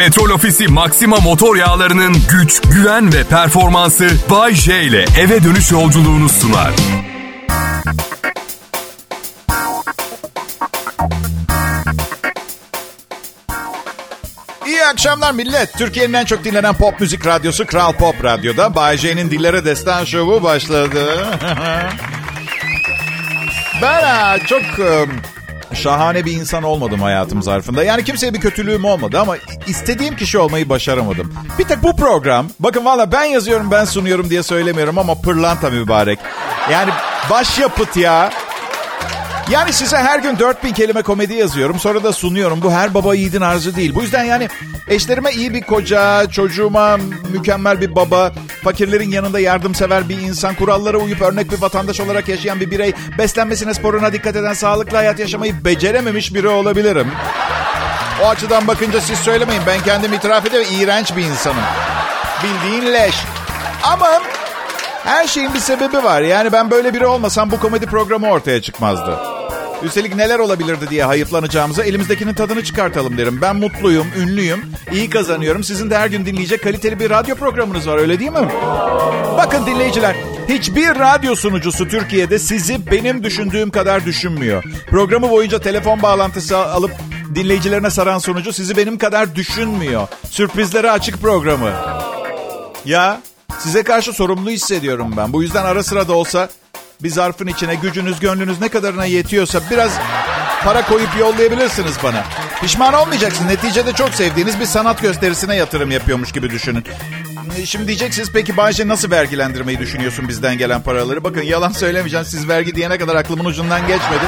Petrol Ofisi Maxima motor yağlarının güç, güven ve performansı Bay J ile eve dönüş yolculuğunu sunar. İyi akşamlar millet. Türkiye'nin en çok dinlenen pop müzik radyosu Kral Pop Radyo'da Bay J'nin Dillere Destan Şovu başladı. Ben çok şahane bir insan olmadım hayatım zarfında. Yani kimseye bir kötülüğüm olmadı ama istediğim kişi olmayı başaramadım. Bir tek bu program, bakın valla ben yazıyorum ben sunuyorum diye söylemiyorum ama pırlanta mübarek. Yani başyapıt ya. Yani size her gün 4000 kelime komedi yazıyorum. Sonra da sunuyorum. Bu her baba yiğidin harcı değil. Bu yüzden yani eşlerime iyi bir koca, çocuğuma mükemmel bir baba, fakirlerin yanında yardımsever bir insan, kurallara uyup örnek bir vatandaş olarak yaşayan bir birey, beslenmesine, sporuna dikkat eden, sağlıklı hayat yaşamayı becerememiş biri olabilirim. O açıdan bakınca siz söylemeyin. Ben kendim itiraf ederim. İğrenç bir insanım. Bildiğin leş. Ama her şeyin bir sebebi var. Yani ben böyle biri olmasam bu komedi programı ortaya çıkmazdı. Üstelik neler olabilirdi diye hayıflanacağımıza elimizdekinin tadını çıkartalım derim. Ben mutluyum, ünlüyüm, iyi kazanıyorum. Sizin de her gün dinleyecek kaliteli bir radyo programınız var, öyle değil mi? Bakın dinleyiciler, hiçbir radyo sunucusu Türkiye'de sizi benim düşündüğüm kadar düşünmüyor. Programı boyunca telefon bağlantısı alıp dinleyicilerine saran sunucu sizi benim kadar düşünmüyor. Sürprizlere açık programı. Ya size karşı sorumlu hissediyorum ben. Bu yüzden ara sıra da olsa bir zarfın içine gücünüz, gönlünüz ne kadarına yetiyorsa biraz para koyup yollayabilirsiniz bana. Pişman olmayacaksınız. Neticede çok sevdiğiniz bir sanat gösterisine yatırım yapıyormuş gibi düşünün. Şimdi diyeceksiniz peki Bayce nasıl vergilendirmeyi düşünüyorsun bizden gelen paraları? Bakın yalan söylemeyeceğim. Siz vergi diyene kadar aklımın ucundan geçmedi.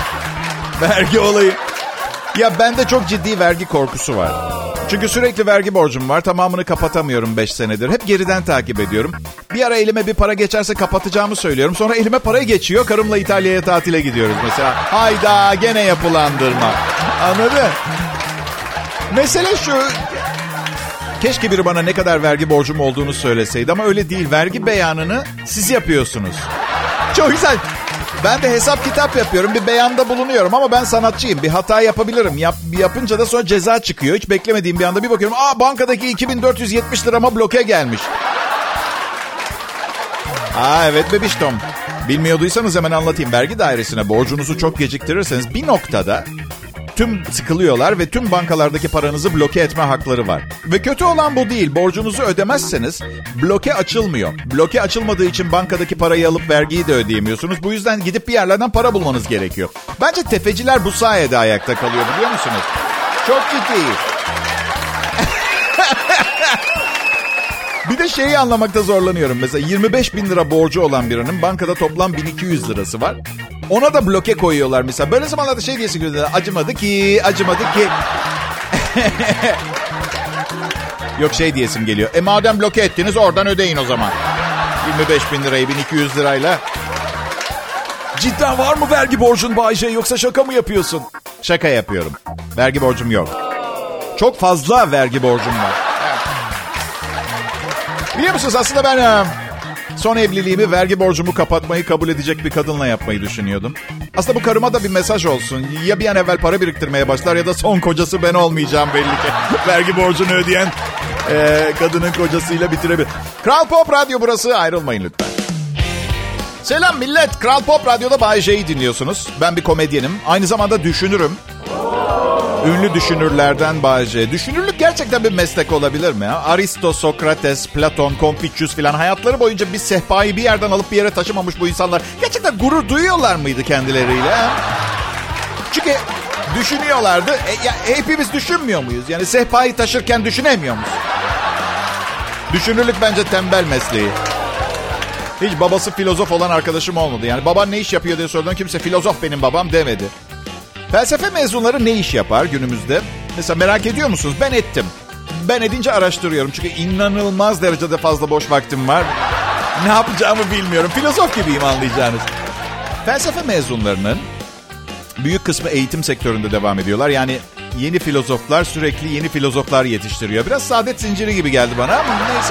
Vergi olayı. Ya bende çok ciddi vergi korkusu var. Çünkü sürekli vergi borcum var. Tamamını kapatamıyorum 5 senedir. Hep geriden takip ediyorum. Bir ara elime bir para geçerse kapatacağımı söylüyorum. Sonra elime para geçiyor. Karımla İtalya'ya tatile gidiyoruz mesela. Hayda gene yapılandırma. Anladın? Mesele şu. Keşke biri bana ne kadar vergi borcum olduğunu söyleseydi. Ama öyle değil. Vergi beyanını siz yapıyorsunuz. Çok güzel. Ben de hesap kitap yapıyorum. Bir beyanda bulunuyorum ama ben sanatçıyım. Bir hata yapabilirim. Yapınca da sonra ceza çıkıyor. Hiç beklemediğim bir anda bir bakıyorum. Bankadaki 2470 lirama bloke gelmiş. Evet bebiştom. Bilmiyorduysanız hemen anlatayım. Vergi dairesine borcunuzu çok geciktirirseniz bir noktada tüm sıkılıyorlar ve tüm bankalardaki paranızı bloke etme hakları var. Ve kötü olan bu değil. Borcunuzu ödemezseniz bloke açılmıyor. Bloke açılmadığı için bankadaki parayı alıp vergiyi de ödeyemiyorsunuz. Bu yüzden gidip bir yerlerden para bulmanız gerekiyor. Bence tefeciler bu sayede ayakta kalıyor, biliyor musunuz? Çok ciddi. Bir de şeyi anlamakta zorlanıyorum. Mesela 25 bin lira borcu olan birinin bankada toplam 1200 lirası var. Ona da bloke koyuyorlar mesela. Böyle zamanlarda şey diyesi geliyor. Acımadı ki. Yok şey diyesim geliyor. Madem bloke ettiniz oradan ödeyin o zaman. 25 bin lirayı 1200 lirayla. Cidden var mı vergi borcun Bayce, yoksa şaka mı yapıyorsun? Şaka yapıyorum. Vergi borcum yok. Çok fazla vergi borcum var. Biliyor musunuz aslında ben son evliliğimi vergi borcumu kapatmayı kabul edecek bir kadınla yapmayı düşünüyordum. Aslında bu karıma da bir mesaj olsun. Ya bir an evvel para biriktirmeye başlar ya da son kocası ben olmayacağım belli ki. Vergi borcunu ödeyen kadının kocasıyla bitirebilir. Kral Pop Radyo burası, ayrılmayın lütfen. Selam millet, Kral Pop Radyo'da Bay J'yi dinliyorsunuz. Ben bir komedyenim, aynı zamanda düşünürüm. Ünlü düşünürlerden Bay J. Düşünürlük gerçekten bir meslek olabilir mi? Aristo, Sokrates, Platon, Konfüçyüs filan hayatları boyunca bir sehpayı bir yerden alıp bir yere taşımamış bu insanlar gerçekten gurur duyuyorlar mıydı kendileriyle? Çünkü düşünüyorlardı. Hepimiz düşünmüyor muyuz? Yani sehpayı taşırken düşünemiyor muyuz? Düşünürlük bence tembel mesleği. Hiç babası filozof olan arkadaşım olmadı. Yani baban ne iş yapıyor diye sorduğum kimse filozof benim babam demedi. Felsefe mezunları ne iş yapar günümüzde? Mesela merak ediyor musunuz? Ben ettim. Ben edince araştırıyorum. Çünkü inanılmaz derecede fazla boş vaktim var. Ne yapacağımı bilmiyorum. Filozof gibiyim anlayacağınız. Felsefe mezunlarının büyük kısmı eğitim sektöründe devam ediyorlar. Yani yeni filozoflar sürekli yeni filozoflar yetiştiriyor. Biraz saadet zinciri gibi geldi bana ama neyse.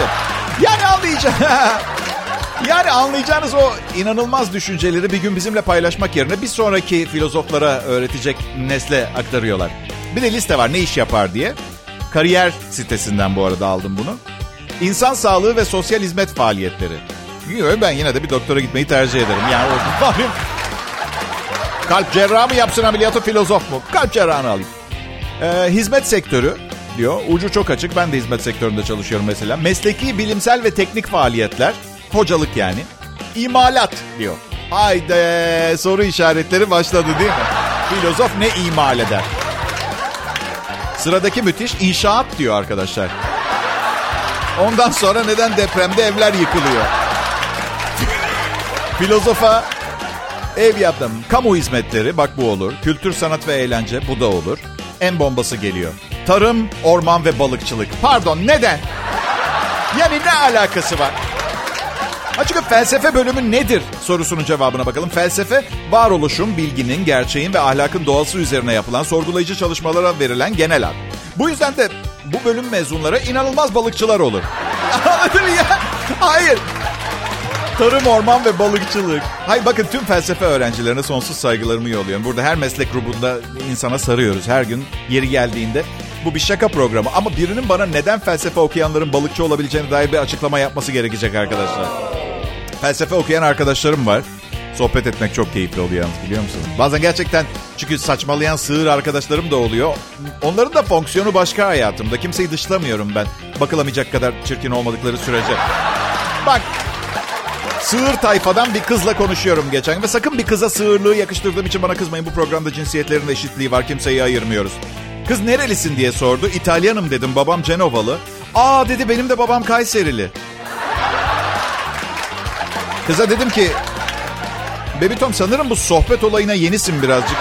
Yani anlayacağınız o inanılmaz düşünceleri bir gün bizimle paylaşmak yerine bir sonraki filozoflara öğretecek nesle aktarıyorlar. Bir de liste var ne iş yapar diye. Kariyer sitesinden bu arada aldım bunu. İnsan sağlığı ve sosyal hizmet faaliyetleri. Ben yine de bir doktora gitmeyi tercih ederim. Yani o kalp cerrahı mı yapsın ameliyatı, filozof mu? Kalp cerrahını alayım. Hizmet sektörü diyor. Ucu çok açık. Ben de hizmet sektöründe çalışıyorum mesela. Mesleki, bilimsel ve teknik faaliyetler. Hocalık yani. İmalat diyor. Haydi soru işaretleri başladı değil mi? Filozof ne imal eder? Sıradaki müthiş, inşaat diyor arkadaşlar. Ondan sonra neden depremde evler yıkılıyor? Filozofa ev yaptım. Kamu hizmetleri, bak bu olur. Kültür, sanat ve eğlence, bu da olur. En bombası geliyor. Tarım, orman ve balıkçılık. Pardon, neden? Yani ne alakası var? Çünkü felsefe bölümü nedir sorusunun cevabına bakalım. Felsefe, varoluşun, bilginin, gerçeğin ve ahlakın doğası üzerine yapılan sorgulayıcı çalışmalara verilen genel ad. Bu yüzden de bu bölüm mezunları inanılmaz balıkçılar olur. Anladın ya? Hayır. Tarım, orman ve balıkçılık. Hayır, bakın tüm felsefe öğrencilerine sonsuz saygılarımı yolluyorum. Burada her meslek grubunda insana sarıyoruz her gün yeri geldiğinde. Bu bir şaka programı ama birinin bana neden felsefe okuyanların balıkçı olabileceğine dair bir açıklama yapması gerekecek arkadaşlar. Felsefe okuyan arkadaşlarım var. Sohbet etmek çok keyifli oluyor yalnız, biliyor musunuz? Bazen gerçekten, çünkü saçmalayan sığır arkadaşlarım da oluyor. Onların da fonksiyonu başka hayatımda. Kimseyi dışlamıyorum ben. Bakılamayacak kadar çirkin olmadıkları sürece. Bak, sığır tayfadan bir kızla konuşuyorum geçen. Ve sakın bir kıza sığırlığı yakıştırdığım için bana kızmayın. Bu programda cinsiyetlerin eşitliği var. Kimseyi ayırmıyoruz. Kız nerelisin diye sordu. İtalyanım dedim. Babam Cenovalı. Aa dedi, benim de babam Kayserili. Kıza dedim ki, Baby Tom, sanırım bu sohbet olayına yenisin birazcık.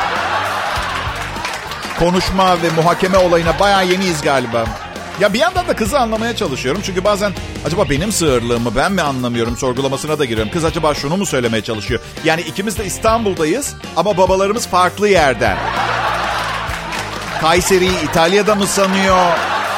Konuşma ve muhakeme olayına bayağı yeniyiz galiba. Ya bir yandan da kızı anlamaya çalışıyorum. Çünkü bazen acaba benim sığırlığımı ben mi anlamıyorum sorgulamasına da giriyorum. Kız acaba şunu mu söylemeye çalışıyor? Yani ikimiz de İstanbul'dayız ama babalarımız farklı yerden. Kayseri'yi İtalya'da mı sanıyor?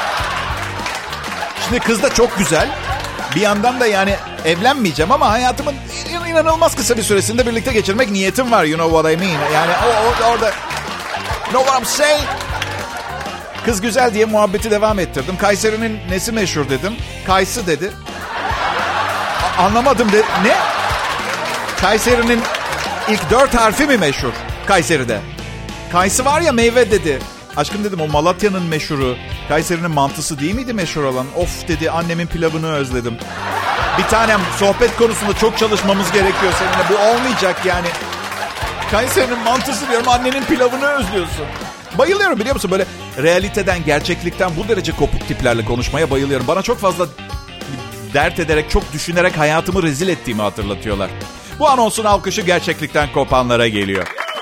Şimdi kız da çok güzel. Bir yandan da yani evlenmeyeceğim ama hayatımın inanılmaz kısa bir süresinde birlikte geçirmek niyetim var. You know what I mean? Yani orada... You know what I'm saying? Kız güzel diye muhabbeti devam ettirdim. Kayseri'nin nesi meşhur dedim. Kayısı dedi. Anlamadım dedi. Ne? Kayseri'nin ilk 4 harfi mi meşhur Kayseri'de? Kayısı var ya, meyve dedi. Aşkım dedim, o Malatya'nın meşhuru. Kayseri'nin mantısı değil miydi meşhur olan? Of dedi, annemin pilavını özledim. Bir tanem, sohbet konusunda çok çalışmamız gerekiyor seninle. Bu olmayacak yani. Kayseri'nin mantısı diyorum, annenin pilavını özlüyorsun. Bayılıyorum, biliyor musun? Böyle realiteden, gerçeklikten bu derece kopuk tiplerle konuşmaya bayılıyorum. Bana çok fazla dert ederek, çok düşünerek hayatımı rezil ettiğimi hatırlatıyorlar. Bu anonsun alkışı gerçeklikten kopanlara geliyor.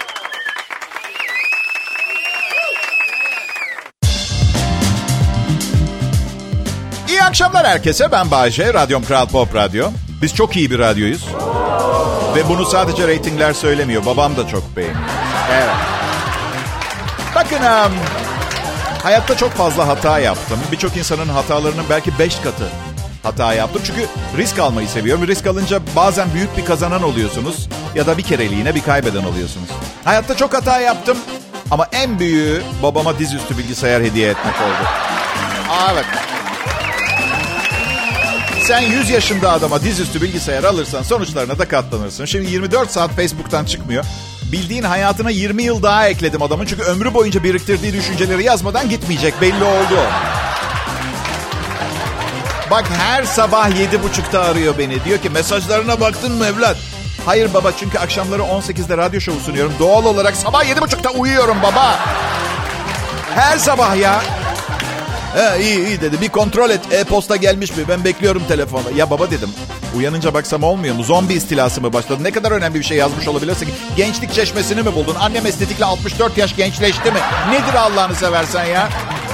İyi akşamlar herkese. Ben Bayce. Radyom Kral Pop Radyo. Biz çok iyi bir radyoyuz. Ve bunu sadece reytingler söylemiyor. Babam da çok beğeniyor. Evet. Bakın, hayatta çok fazla hata yaptım. Birçok insanın hatalarının belki 5 katı hata yaptım. Çünkü risk almayı seviyorum. Risk alınca bazen büyük bir kazanan oluyorsunuz. Ya da bir kereliğine bir kaybeden oluyorsunuz. Hayatta çok hata yaptım. Ama en büyüğü babama dizüstü bilgisayar hediye etmek oldu. Evet. Sen 100 yaşında adama dizüstü bilgisayar alırsan sonuçlarına da katlanırsın. Şimdi 24 saat Facebook'tan çıkmıyor. Bildiğin hayatına 20 yıl daha ekledim adamın. Çünkü ömrü boyunca biriktirdiği düşünceleri yazmadan gitmeyecek. Belli oldu. Bak, her sabah 7.30'da arıyor beni. Diyor ki, mesajlarına baktın mı evlat? Hayır baba, çünkü akşamları 18'de radyo şovu sunuyorum. Doğal olarak sabah 7.30'da uyuyorum baba. Her sabah ya. İyi dedi. Bir kontrol et. E-posta gelmiş mi? Ben bekliyorum telefonda. Ya baba dedim. Uyanınca baksam olmuyor mu? Zombi istilası mı başladı? Ne kadar önemli bir şey yazmış olabilirsin? Gençlik çeşmesini mi buldun? Annem estetikle 64 yaş gençleşti mi? Nedir Allah'ını seversen ya?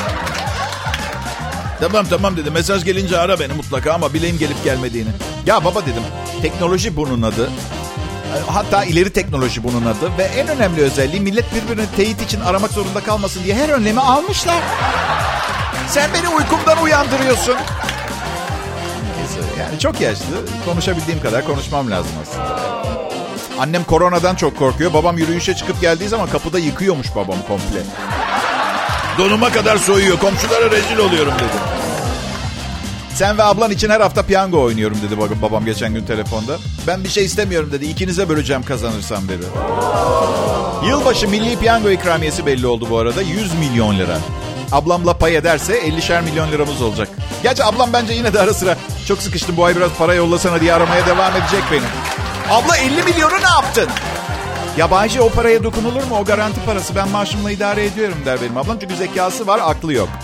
Tamam dedi. Mesaj gelince ara beni mutlaka ama bileyim gelip gelmediğini. Ya baba dedim. Teknoloji bunun adı. Hatta ileri teknoloji bunun adı. Ve en önemli özelliği, millet birbirini teyit için aramak zorunda kalmasın diye her önlemi almışlar. Sen beni uykumdan uyandırıyorsun. Neyse, yani çok yaşlı. Konuşabildiğim kadar konuşmam lazım aslında. Annem koronadan çok korkuyor. Babam yürüyüşe çıkıp geldiği zaman kapıda yıkıyormuş babam komple. Donuma kadar soyuyor. Komşulara rezil oluyorum dedi. Sen ve ablan için her hafta piyango oynuyorum dedi babam geçen gün telefonda. Ben bir şey istemiyorum dedi. İkinize böleceğim kazanırsam dedi. Yılbaşı milli piyango ikramiyesi belli oldu bu arada. 100 milyon lira. Ablamla pay ederse 50'şer milyon liramız olacak. Gerçi ablam bence yine de ara sıra çok sıkıştım bu ay biraz para yollasana diye aramaya devam edecek beni. Abla 50 milyonu ne yaptın? Ya Bayce o paraya dokunulur mu? O garanti parası. Ben maaşımla idare ediyorum der benim ablam. Çünkü zekası var, aklı yok.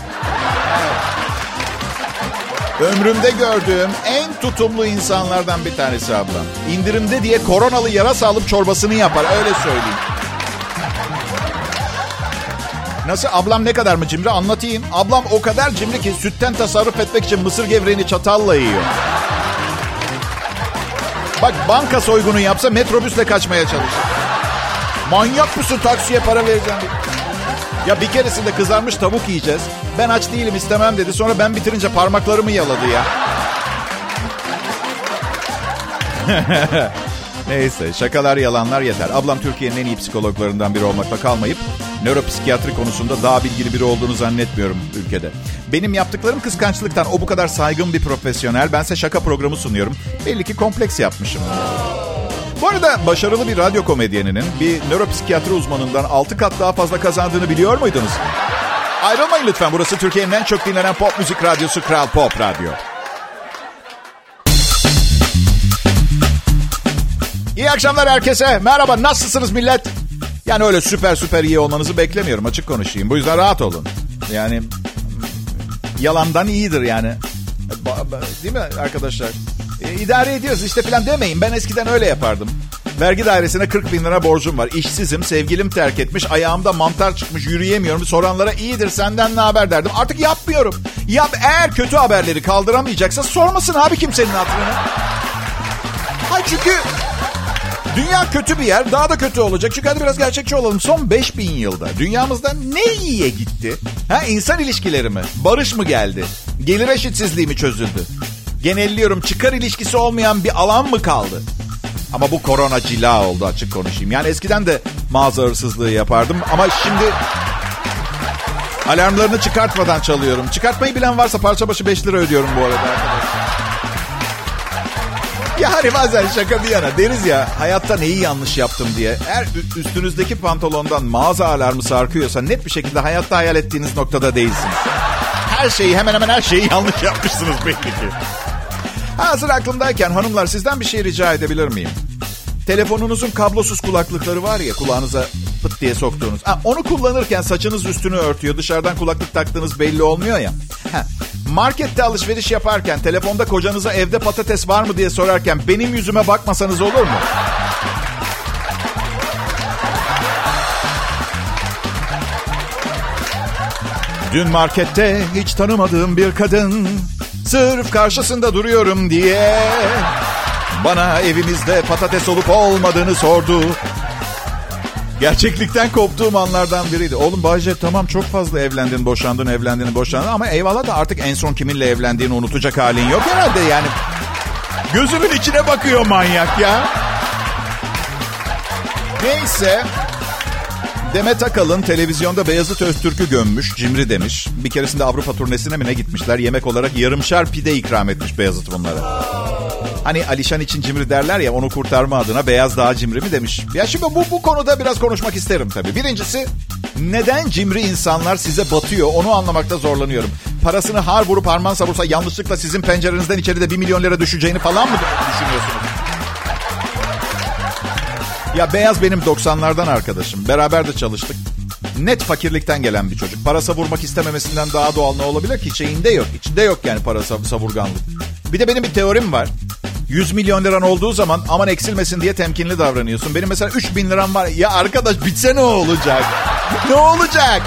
Ömrümde gördüğüm en tutumlu insanlardan bir tanesi ablam. İndirimde diye koronalı yarasa alıp çorbasını yapar. Öyle söyleyeyim. Nasıl? Ablam ne kadar mı cimri? Anlatayım. Ablam o kadar cimri ki sütten tasarruf etmek için mısır gevreğini çatalla yiyor. Bak banka soygunu yapsa metrobüsle kaçmaya çalışır. Manyak mısın, taksiye para vereceğim diye. Ya bir keresinde kızarmış tavuk yiyeceğiz. Ben aç değilim, istemem dedi. Sonra ben bitirince parmaklarımı yaladı ya. Neyse, şakalar yalanlar yeter. Ablam Türkiye'nin en iyi psikologlarından biri olmakla kalmayıp nöropsikiyatri konusunda daha bilgili biri olduğunu zannetmiyorum ülkede. Benim yaptıklarım kıskançlıktan. O bu kadar saygın bir profesyonel. Bense şaka programı sunuyorum. Belli ki kompleks yapmışım. Bu arada başarılı bir radyo komedyeninin bir nöropsikiyatri uzmanından 6 kat daha fazla kazandığını biliyor muydunuz? Ayrılmayın lütfen. Burası Türkiye'nin en çok dinlenen pop müzik radyosu Kral Pop Radyo. İyi akşamlar herkese. Merhaba, nasılsınız millet? Yani öyle süper iyi olmanızı beklemiyorum, açık konuşayım. Bu yüzden rahat olun. Yani yalandan iyidir yani. Değil mi arkadaşlar? İdare ediyoruz işte falan demeyin. Ben eskiden öyle yapardım. Vergi dairesine 40 bin lira borcum var. İşsizim, sevgilim terk etmiş, ayağımda mantar çıkmış, yürüyemiyorum. Soranlara iyidir, senden ne haber derdim. Artık yapmıyorum. Eğer kötü haberleri kaldıramayacaksa sormasın abi kimsenin hatırını. Hayır çünkü dünya kötü bir yer, daha da kötü olacak. Çünkü hadi biraz gerçekçi olalım. Son 5000 yılda dünyamızda ne iyiye gitti? İnsan ilişkileri mi? Barış mı geldi? Gelir eşitsizliği mi çözüldü? Genelliyorum, çıkar ilişkisi olmayan bir alan mı kaldı? Ama bu korona cila oldu, açık konuşayım. Yani eskiden de mağaza hırsızlığı yapardım ama şimdi alarmlarını çıkartmadan çalıyorum. Çıkartmayı bilen varsa parça başı 5 lira ödüyorum bu arada arkadaşlar. Ya hani bazen şaka bir yana deriz ya, hayatta neyi yanlış yaptım diye. Eğer üstünüzdeki pantolondan mağaza alarmı sarkıyorsa net bir şekilde hayatta hayal ettiğiniz noktada değilsiniz. Hemen hemen her şeyi yanlış yapmışsınız belli ki. Hazır aklımdayken hanımlar, sizden bir şey rica edebilir miyim? Telefonunuzun kablosuz kulaklıkları var ya, kulağınıza pıt diye soktuğunuz. Onu kullanırken saçınız üstünü örtüyor. Dışarıdan kulaklık taktığınız belli olmuyor ya. Markette alışveriş yaparken telefonda kocanıza evde patates var mı diye sorarken benim yüzüme bakmasanız olur mu? Dün markette hiç tanımadığım bir kadın sırf karşısında duruyorum diye bana evimizde patates olup olmadığını sordu. Gerçeklikten koptuğum anlardan biriydi. Oğlum Bayce, tamam çok fazla evlendin, boşandın ama eyvallah da artık en son kiminle evlendiğini unutacak halin yok herhalde yani. Gözümün içine bakıyor manyak ya. Neyse. Demet Akalın televizyonda Beyazıt Öztürk'ü gömmüş, cimri demiş. Bir keresinde Avrupa turnesine mi ne gitmişler? Yemek olarak yarımşar pide ikram etmiş Beyazıt bunlara. Hani Alişan için cimri derler ya, onu kurtarma adına beyaz daha cimri mi demiş. Ya şimdi bu konuda biraz konuşmak isterim tabii. Birincisi, neden cimri insanlar size batıyor onu anlamakta zorlanıyorum. Parasını har vurup harman savursa yanlışlıkla sizin pencerenizden içeride 1 milyon lira düşeceğini falan mı düşünüyorsunuz? Ya Beyaz benim 90'lardan arkadaşım. Beraber de çalıştık. Net fakirlikten gelen bir çocuk. Para savurmak istememesinden daha doğal ne olabilir ki? İçinde yok yani para savurganlık. Bir de benim bir teorim var. 100 milyon liran olduğu zaman aman eksilmesin diye temkinli davranıyorsun. Benim mesela 3 bin liram var. Ya arkadaş bitse ne olacak? Ne olacak?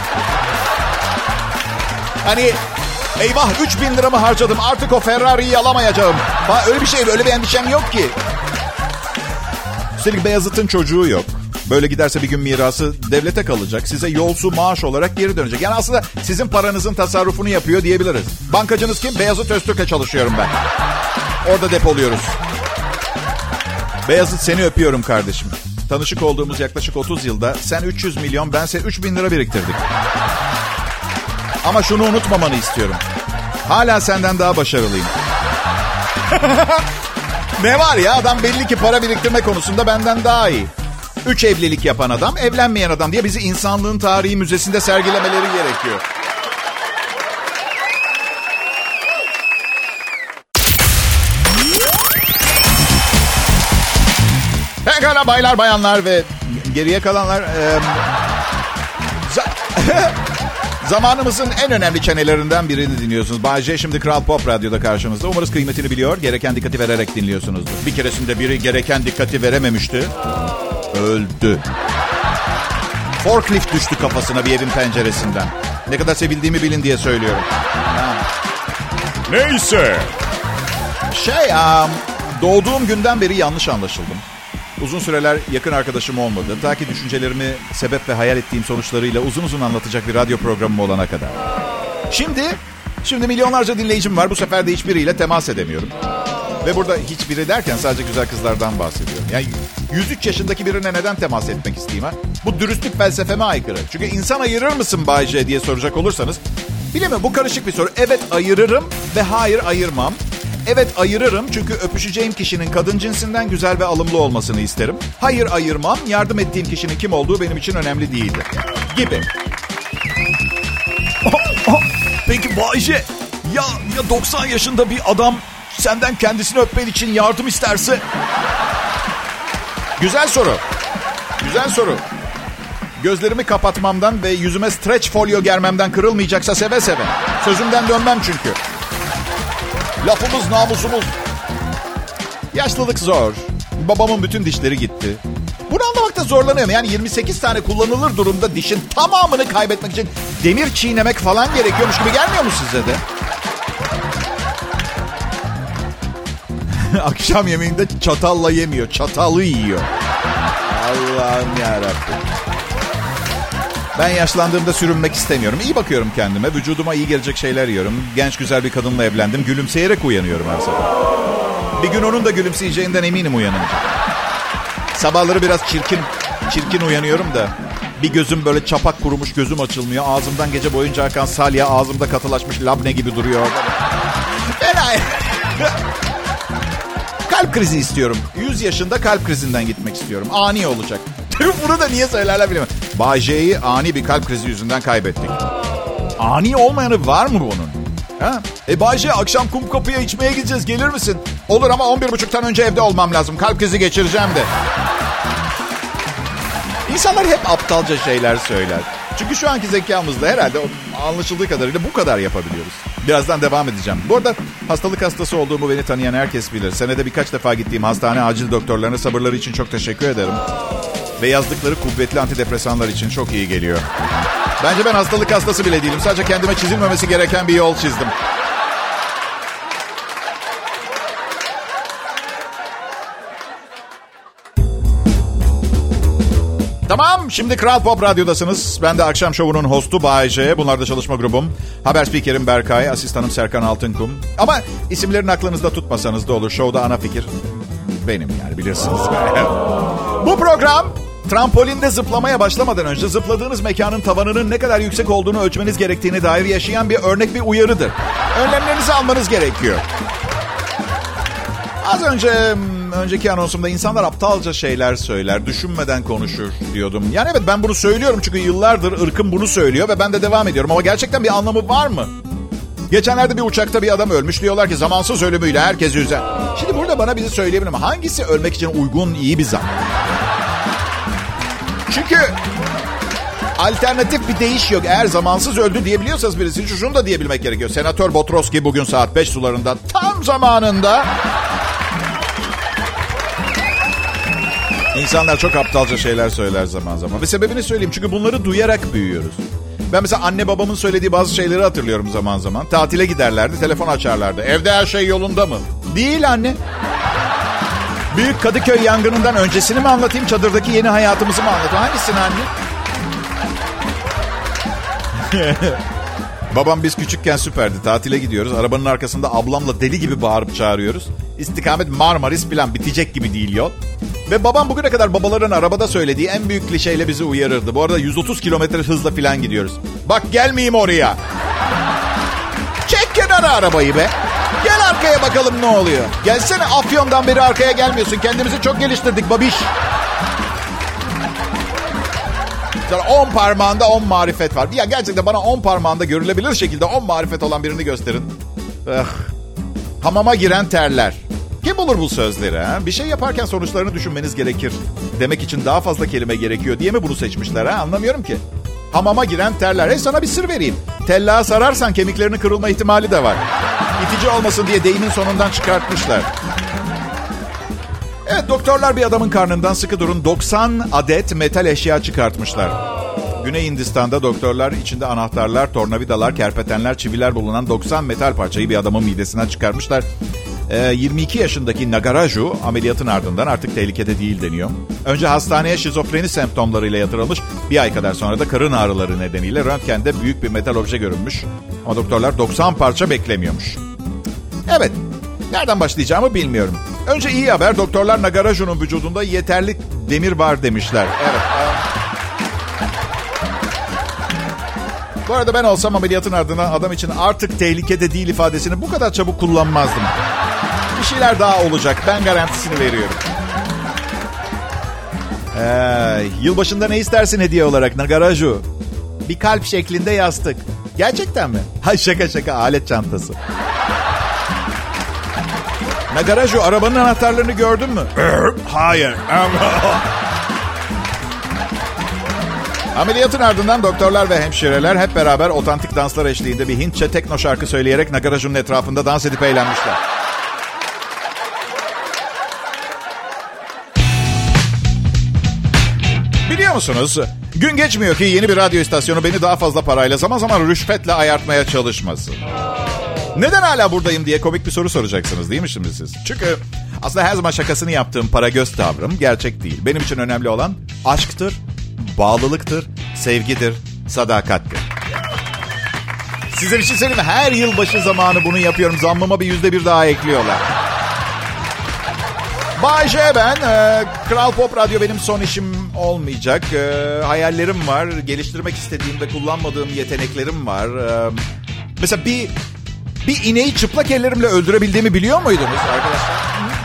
Hani eyvah 3 bin liramı harcadım, artık o Ferrari'yi alamayacağım. Öyle bir endişem yok ki. Üstelik Beyazıt'ın çocuğu yok. Böyle giderse bir gün mirası devlete kalacak. Size yolsu maaş olarak geri dönecek. Yani aslında sizin paranızın tasarrufunu yapıyor diyebiliriz. Bankacınız kim? Beyazıt Öztürk'le çalışıyorum ben. Orada depoluyoruz. Beyazıt, seni öpüyorum kardeşim. Tanışık olduğumuz yaklaşık 30 yılda sen 300 milyon, bense 3 bin lira biriktirdik. Ama şunu unutmamanı istiyorum. Hala senden daha başarılıyım. Ne var ya, adam belli ki para biriktirme konusunda benden daha iyi. 3 evlilik yapan adam, evlenmeyen adam diye bizi insanlığın tarihi müzesinde sergilemeleri gerekiyor. Pekala baylar, bayanlar ve geriye kalanlar... Zamanımızın en önemli çenelerinden birini dinliyorsunuz. Bay J şimdi Kral Pop Radyo'da karşınızda. Umarız kıymetini biliyor, gereken dikkati vererek dinliyorsunuzdur. Bir keresinde biri gereken dikkati verememişti. Öldü. Forklift düştü kafasına bir evin penceresinden. Ne kadar sevildiğimi bilin diye söylüyorum. Neyse. Doğduğum günden beri yanlış anlaşıldım. Uzun süreler yakın arkadaşım olmadı. Ta ki düşüncelerimi sebep ve hayal ettiğim sonuçlarıyla uzun uzun anlatacak bir radyo programım olana kadar. Şimdi milyonlarca dinleyicim var. Bu sefer de hiçbiriyle temas edemiyorum. Ve burada hiçbiri derken sadece güzel kızlardan bahsediyorum. Yani 103 yaşındaki birine neden temas etmek isteyeyim ha? Bu dürüstlük felsefeme aykırı. Çünkü insan ayırır mısın Bay J diye soracak olursanız. Bilemiyorum, bu karışık bir soru. Evet ayırırım ve hayır ayırmam. Evet ayırırım çünkü öpüşeceğim kişinin kadın cinsinden güzel ve alımlı olmasını isterim. Hayır ayırmam, yardım ettiğim kişinin kim olduğu benim için önemli değildir. Gibi. Peki Bay J, ya 90 yaşında bir adam senden kendisini öpmen için yardım isterse? Güzel soru. Güzel soru. Gözlerimi kapatmamdan ve yüzüme streç folyo germemden kırılmayacaksa seve seve. Sözümden dönmem çünkü. Lafımız namusumuz. Yaşlılık zor. Babamın bütün dişleri gitti. Bunu anlamakta zorlanıyorum. Yani 28 tane kullanılır durumda dişin tamamını kaybetmek için demir çiğnemek falan gerekiyormuş gibi gelmiyor mu size de? Akşam yemeğinde çatalla yemiyor. Çatalı yiyor. Allah'ım yarabbim. Ben yaşlandığımda sürünmek istemiyorum. İyi bakıyorum kendime. Vücuduma iyi gelecek şeyler yiyorum. Genç güzel bir kadınla evlendim. Gülümseyerek uyanıyorum her sabah. Bir gün onun da gülümseyeceğinden eminim uyanınca. Sabahları biraz çirkin uyanıyorum da. Bir gözüm böyle çapak kurumuş, gözüm açılmıyor. Ağzımdan gece boyunca akan salya ağzımda katılaşmış labne gibi duruyor orada. Fena. Kalp krizi istiyorum. 100 yaşında kalp krizinden gitmek istiyorum. Ani olacak. Bunu da niye söylerler bilmiyorum. Bay J'yi ani bir kalp krizi yüzünden kaybettik. Ani olmayanı var mı bunun? Ha? Bay J, akşam Kumkapı'ya içmeye gideceğiz, gelir misin? Olur ama 11.30'dan önce evde olmam lazım. Kalp krizi geçireceğim de. İnsanlar hep aptalca şeyler söyler. Çünkü şu anki zekamızda herhalde anlaşıldığı kadarıyla bu kadar yapabiliyoruz. Birazdan devam edeceğim. Bu arada hastalık hastası olduğumu beni tanıyan herkes bilir. Senede birkaç defa gittiğim hastane acil doktorlarına sabırları için çok teşekkür ederim. Ve yazdıkları kuvvetli antidepresanlar için çok iyi geliyor. Bence ben hastalık hastası bile değilim. Sadece kendime çizilmemesi gereken bir yol çizdim. Tamam, şimdi Kral Pop Radyo'dasınız. Ben de akşam şovunun hostu Bay J. Bunlar da çalışma grubum. Haber spikerim Berkay, asistanım Serkan Altınkum. Ama isimlerini aklınızda tutmasanız da olur. Şovda ana fikir benim, yani bilirsiniz. Bu program trampolində zıplamaya başlamadan önce zıpladığınız mekanın tavanının ne kadar yüksek olduğunu ölçmeniz gerektiğine dair yaşayan bir örnek bir uyarıdır. Önlemlerinizi almanız gerekiyor. Az önceki anonsumda insanlar aptalca şeyler söyler, düşünmeden konuşur diyordum. Yani evet, ben bunu söylüyorum çünkü yıllardır ırkım bunu söylüyor ve ben de devam ediyorum. Ama gerçekten bir anlamı var mı? Geçenlerde bir uçakta bir adam ölmüş. Diyorlar ki zamansız ölümüyle herkesi üzer. Şimdi burada bana bizi söyleyebilir mi? Hangisi ölmek için uygun, iyi bir zaman? Çünkü alternatif bir deyiş yok. Eğer zamansız öldü diyebiliyorsanız birisi için şunu da diyebilmek gerekiyor. Senatör Botroski bugün saat 5 sularında tam zamanında... İnsanlar çok aptalca şeyler söyler zaman zaman. Ve sebebini söyleyeyim. Çünkü bunları duyarak büyüyoruz. Ben mesela anne babamın söylediği bazı şeyleri hatırlıyorum zaman zaman. Tatile giderlerdi, telefon açarlardı. Evde her şey yolunda mı? Değil anne. Büyük Kadıköy yangınından öncesini mi anlatayım, çadırdaki yeni hayatımızı mı anlatayım? Hangisini anne? Babam biz küçükken süperdi. Tatile gidiyoruz. Arabanın arkasında ablamla deli gibi bağırıp çağırıyoruz. İstikamet Marmaris falan, bitecek gibi değil yol. Ve babam bugüne kadar babaların arabada söylediği en büyük klişeyle bizi uyarırdı. Bu arada 130 kilometre hızla falan gidiyoruz. Bak gelmeyeyim oraya. Çek kenara arabayı be. Gel arkaya bakalım ne oluyor. Gelsene, Afyon'dan beri arkaya gelmiyorsun. Kendimizi çok geliştirdik babiş. 10 parmağında 10 marifet var. Ya gerçekten bana 10 parmağında görülebilir şekilde 10 marifet olan birini gösterin. Hamama giren terler. Kim bulur bu sözleri? Ha? Bir şey yaparken sonuçlarını düşünmeniz gerekir demek için daha fazla kelime gerekiyor diye mi bunu seçmişler? Ha? Anlamıyorum ki. Hamama giren terler. Sana bir sır vereyim. Tellağa sararsan kemiklerinin kırılma ihtimali de var. İtici olmasın diye deyimin sonundan çıkartmışlar. Evet, doktorlar bir adamın karnından, sıkı durun, 90 adet metal eşya çıkartmışlar. Güney Hindistan'da doktorlar içinde anahtarlar, tornavidalar, kerpetenler, çiviler bulunan 90 metal parçayı bir adamın midesinden çıkarmışlar. 22 yaşındaki Nagaraju ameliyatın ardından artık tehlikede değil deniyor. Önce hastaneye şizofreni semptomlarıyla yatırılmış. Bir ay kadar sonra da karın ağrıları nedeniyle röntgende büyük bir metal obje görünmüş. Ama doktorlar 90 parça beklemiyormuş. Evet, nereden başlayacağımı bilmiyorum. Önce iyi haber, doktorlar Nagaraju'nun vücudunda yeterli demir var demişler. Evet. Bu arada ben olsam ameliyatın ardından adam için artık tehlikede değil ifadesini bu kadar çabuk kullanmazdım. Bir şeyler daha olacak, ben garantisini veriyorum. Yılbaşında ne istersin hediye olarak Nagaraju? Bir kalp şeklinde yastık. Gerçekten mi? Ha, şaka, alet çantası. Nagaraju, arabanın anahtarlarını gördün mü? Hayır. Ameliyatın ardından doktorlar ve hemşireler hep beraber otantik danslar eşliğinde bir Hintçe tekno şarkı söyleyerek Nagaraju'nun etrafında dans edip eğlenmişler. Biliyor musunuz? Gün geçmiyor ki yeni bir radyo istasyonu beni daha fazla parayla, zaman zaman rüşvetle ayartmaya çalışmasın. Neden hala buradayım diye komik bir soru soracaksınız değil mi şimdi siz? Çünkü aslında her zaman şakasını yaptığım para göz tavrım gerçek değil. Benim için önemli olan aşktır, bağlılıktır, sevgidir, sadakattir. Sizler için söyleyeyim mi? Her yılbaşı zamanı bunu yapıyorum. Zammıma bir %1 daha ekliyorlar. Bay J ben. Kral Pop Radyo benim son işim olmayacak. Hayallerim var. Geliştirmek istediğimde kullanmadığım yeteneklerim var. Mesela bir ineği çıplak ellerimle öldürebildiğimi biliyor muydunuz arkadaşlar?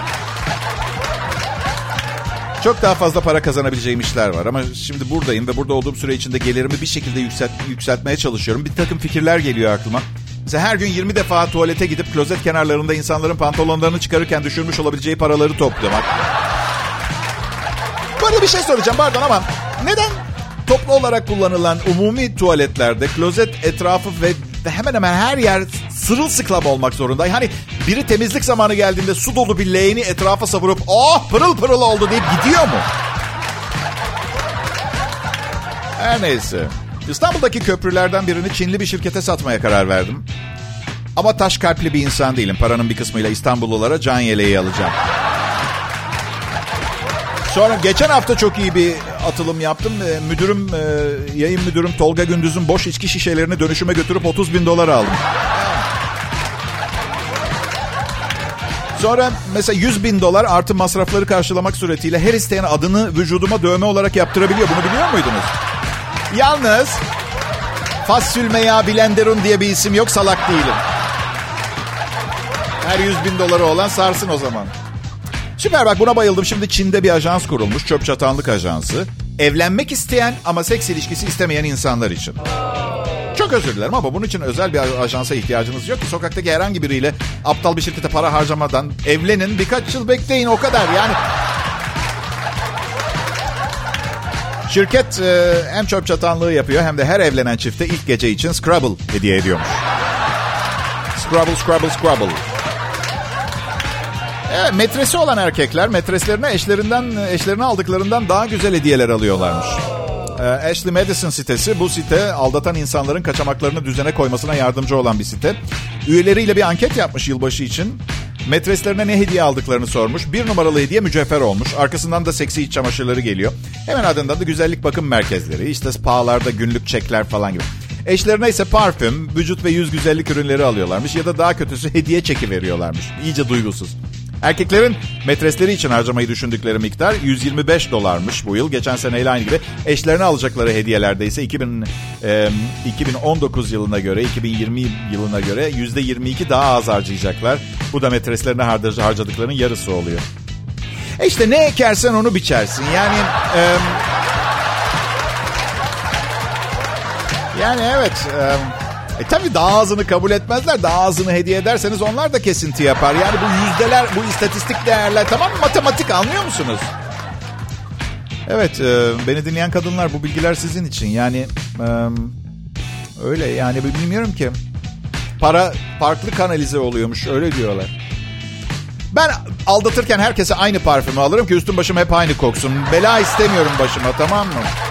Çok daha fazla para kazanabileceğim işler var. Ama şimdi buradayım ve burada olduğum süre içinde gelirimi bir şekilde yükseltmeye çalışıyorum. Bir takım fikirler geliyor aklıma. Mesela her gün 20 defa tuvalete gidip klozet kenarlarında insanların pantolonlarını çıkarırken düşürmüş olabileceği paraları toplamak. Böyle bir şey soracağım pardon ama neden toplu olarak kullanılan umumi tuvaletlerde klozet etrafı ve hemen hemen her yer sırılsıklam olmak zorunda? Hani biri temizlik zamanı geldiğinde su dolu bir leğeni etrafa savurup oh pırıl pırıl oldu deyip gidiyor mu? Her neyse. İstanbul'daki köprülerden birini Çinli bir şirkete satmaya karar verdim. Ama taş kalpli bir insan değilim. Paranın bir kısmıyla İstanbullulara can yeleği alacağım. Sonra geçen hafta çok iyi bir atılım yaptım. Yayın müdürüm Tolga Gündüz'ün boş içki şişelerini dönüşüme götürüp $30,000 aldım. Sonra mesela $100,000 artı masrafları karşılamak suretiyle her isteyen adını vücuduma dövme olarak yaptırabiliyor. Bunu biliyor muydunuz? Yalnız Fassülme ya Blenderun diye bir isim yok, salak değilim. Her $100,000 olan sarsın o zaman. Süper, bak buna bayıldım. Şimdi Çin'de bir ajans kurulmuş, çöp çatanlık ajansı. Evlenmek isteyen ama seks ilişkisi istemeyen insanlar için. Çok özür dilerim ama bunun için özel bir ajansa ihtiyacınız yok ki. Sokaktaki herhangi biriyle aptal bir şirkete para harcamadan evlenin, birkaç yıl bekleyin, o kadar yani. Şirket hem çöp çatanlığı yapıyor hem de her evlenen çifte ilk gece için Scrabble hediye ediyormuş. Scrabble. Evet, metresi olan erkekler metreslerine eşlerine aldıklarından daha güzel hediyeler alıyorlarmış. Ashley Madison sitesi, bu site aldatan insanların kaçamaklarını düzene koymasına yardımcı olan bir site. Üyeleriyle bir anket yapmış yılbaşı için. Metreslerine ne hediye aldıklarını sormuş. 1 numaralı hediye mücevher olmuş. Arkasından da seksi iç çamaşırları geliyor. Hemen ardından da güzellik bakım merkezleri, işte spalarda günlük çekler falan gibi. Eşlerine ise parfüm, vücut ve yüz güzellik ürünleri alıyorlarmış. Ya da daha kötüsü hediye çeki veriyorlarmış. İyice duygusuz. Erkeklerin metresleri için harcamayı düşündükleri miktar $125 bu yıl. Geçen seneyle aynı gibi. Eşlerine alacakları hediyelerde ise 2019 yılına göre, 2020 yılına göre %22 daha az harcayacaklar. Bu da metreslerine harcadıklarının yarısı oluyor. İşte ne ekersen onu biçersin. Yani evet. Tabii daha azını kabul etmezler. Daha azını hediye ederseniz onlar da kesinti yapar. Yani bu yüzdeler, bu istatistik değerler, tamam mı? Matematik, anlıyor musunuz? Evet, beni dinleyen kadınlar, bu bilgiler sizin için. Yani öyle yani, bilmiyorum ki. Para farklı kanalize oluyormuş, öyle diyorlar. Ben aldatırken herkese aynı parfümü alırım ki üstüm başım hep aynı koksun. Bela istemiyorum başıma, tamam mı?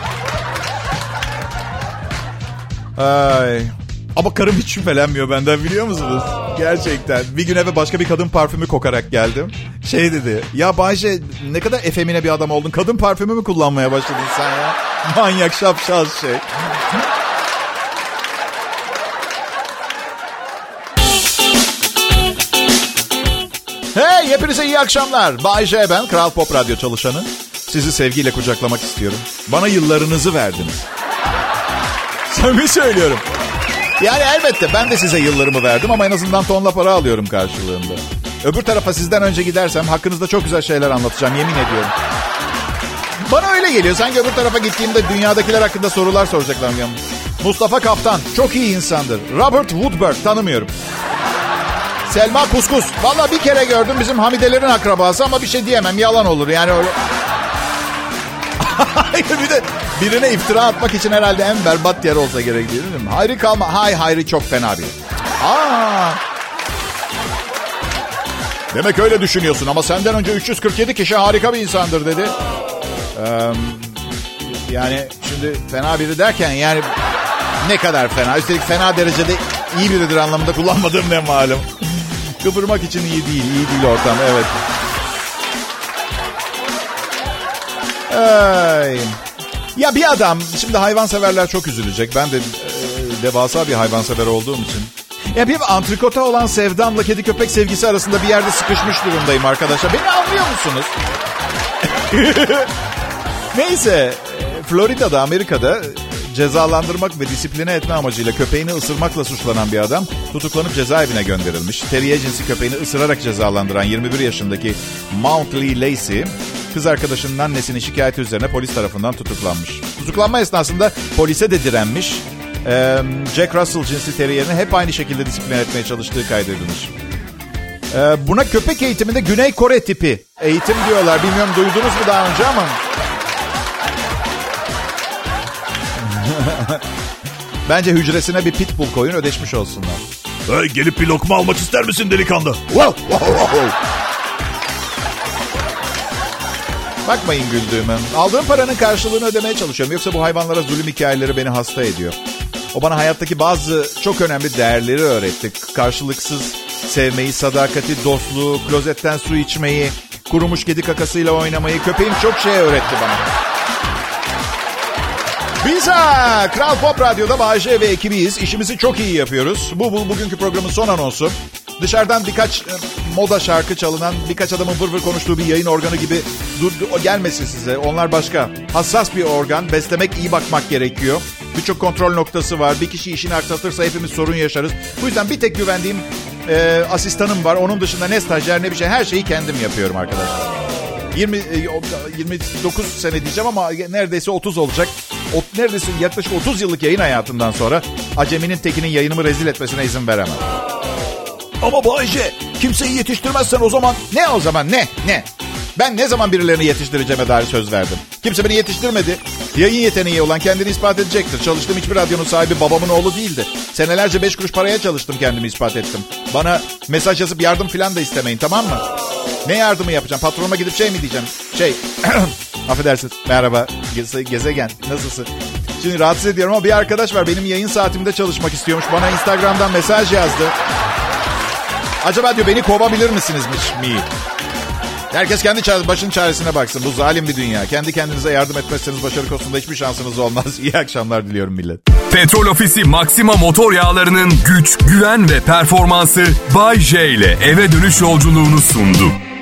Ay. Ama karım hiç şüphelenmiyor benden, biliyor musunuz? Gerçekten. Bir gün eve başka bir kadın parfümü kokarak geldim. Şey dedi. Ya Bayce, ne kadar efemine bir adam oldun. Kadın parfümü mü kullanmaya başladın sen ya? Manyak şapşal şey. Hey, hepinize iyi akşamlar. Bay J ben, Kral Pop Radyo çalışanı. Sizi sevgiyle kucaklamak istiyorum. Bana yıllarınızı verdiniz. Samimi söylüyorum. Yani elbette ben de size yıllarımı verdim ama en azından tonla para alıyorum karşılığında. Öbür tarafa sizden önce gidersem hakkınızda çok güzel şeyler anlatacağım, yemin ediyorum. Bana öyle geliyor, sanki öbür tarafa gittiğimde dünyadakiler hakkında sorular soracaklar. Mustafa Kaptan çok iyi insandır. Robert Woodward tanımıyorum. Selma Kuskus, vallahi bir kere gördüm, bizim Hamidelerin akrabası ama bir şey diyemem, yalan olur yani öyle. Bir de birine iftira atmak için herhalde en berbat yer olsa gerek değil mi? Hayri kalma. Hayri çok fena bir. Demek öyle düşünüyorsun ama senden önce 347 kişi harika bir insandır dedi. Yani şimdi fena biri derken yani ne kadar fena? Üstelik fena derecede iyi biridir anlamında kullanmadığım ne malum. Kıvırmak için iyi değil ortam, evet. Ya bir adam, şimdi hayvanseverler çok üzülecek. Ben de devasa bir hayvansever olduğum için. Ya bir antrikota olan sevdamla kedi köpek sevgisi arasında bir yerde sıkışmış durumdayım arkadaşlar. Beni anlıyor musunuz? Neyse, Florida'da, Amerika'da cezalandırmak ve disipline etme amacıyla köpeğini ısırmakla suçlanan bir adam tutuklanıp cezaevine gönderilmiş. Terrier cinsi köpeğini ısırarak cezalandıran 21 yaşındaki Mountley Lacey, kız arkadaşının annesinin şikayeti üzerine polis tarafından tutuklanmış. Tutuklanma esnasında polise de direnmiş. Jack Russell cinsi terrierini hep aynı şekilde disipline etmeye çalıştığı kaydedilmiş. Buna köpek eğitiminde Güney Kore tipi eğitim diyorlar. Bilmiyorum, duydunuz mu daha önce ama... Bence hücresine bir pitbull koyun, ödeşmiş olsunlar. Hey, gelip bir lokma almak ister misin delikanlı? Wow. Bakmayın güldüğüme. Aldığım paranın karşılığını ödemeye çalışıyorum. Yoksa bu hayvanlara zulüm hikayeleri beni hasta ediyor. O bana hayattaki bazı çok önemli değerleri öğretti. Karşılıksız sevmeyi, sadakati, dostluğu, klozetten su içmeyi, kurumuş kedi kakasıyla oynamayı. Köpeğim çok şey öğretti bana. Biz Kral Pop Radyo'da Bahçe ve ekibiyiz. İşimizi çok iyi yapıyoruz. Bu bugünkü programın son anonsu. Dışarıdan birkaç moda şarkı çalınan, birkaç adamın vır vır konuştuğu bir yayın organı gibi gelmesin size. Onlar başka. Hassas bir organ. Beslemek, iyi bakmak gerekiyor. Birçok kontrol noktası var. Bir kişi işini aksatırsa hepimiz sorun yaşarız. Bu yüzden bir tek güvendiğim asistanım var. Onun dışında ne stajyer ne bir şey. Her şeyi kendim yapıyorum arkadaşlar. 29 sene diyeceğim ama neredeyse 30 olacak. Neredeyse yaklaşık 30 yıllık yayın hayatından sonra aceminin tekinin yayınımı rezil etmesine izin veremem. Ama Bayce, kimseyi yetiştirmezsen o zaman... Ne o zaman, ne? Ben ne zaman birilerini yetiştireceğime dair söz verdim? Kimse beni yetiştirmedi. Yayın yeteneği olan kendini ispat edecektir. Çalıştığım hiçbir radyonun sahibi babamın oğlu değildi. Senelerce 5 kuruş paraya çalıştım, kendimi ispat ettim. Bana mesaj yazıp yardım falan da istemeyin, tamam mı? Ne yardımı yapacağım? Patronuma gidip şey mi diyeceğim? Affedersin. Merhaba gezegen, nasılsın? Şimdi rahatsız ediyorum ama bir arkadaş var, benim yayın saatimde çalışmak istiyormuş. Bana Instagram'dan mesaj yazdı. Acaba diyor, beni kovabilir misinizmiş mi? Herkes kendi başının çaresine baksın. Bu zalim bir dünya. Kendi kendinize yardım etmezseniz başarı konusunda hiçbir şansınız olmaz. İyi akşamlar diliyorum millet. Petrol Ofisi Maxima motor yağlarının güç, güven ve performansı Bay J ile eve dönüş yolculuğunu sundu.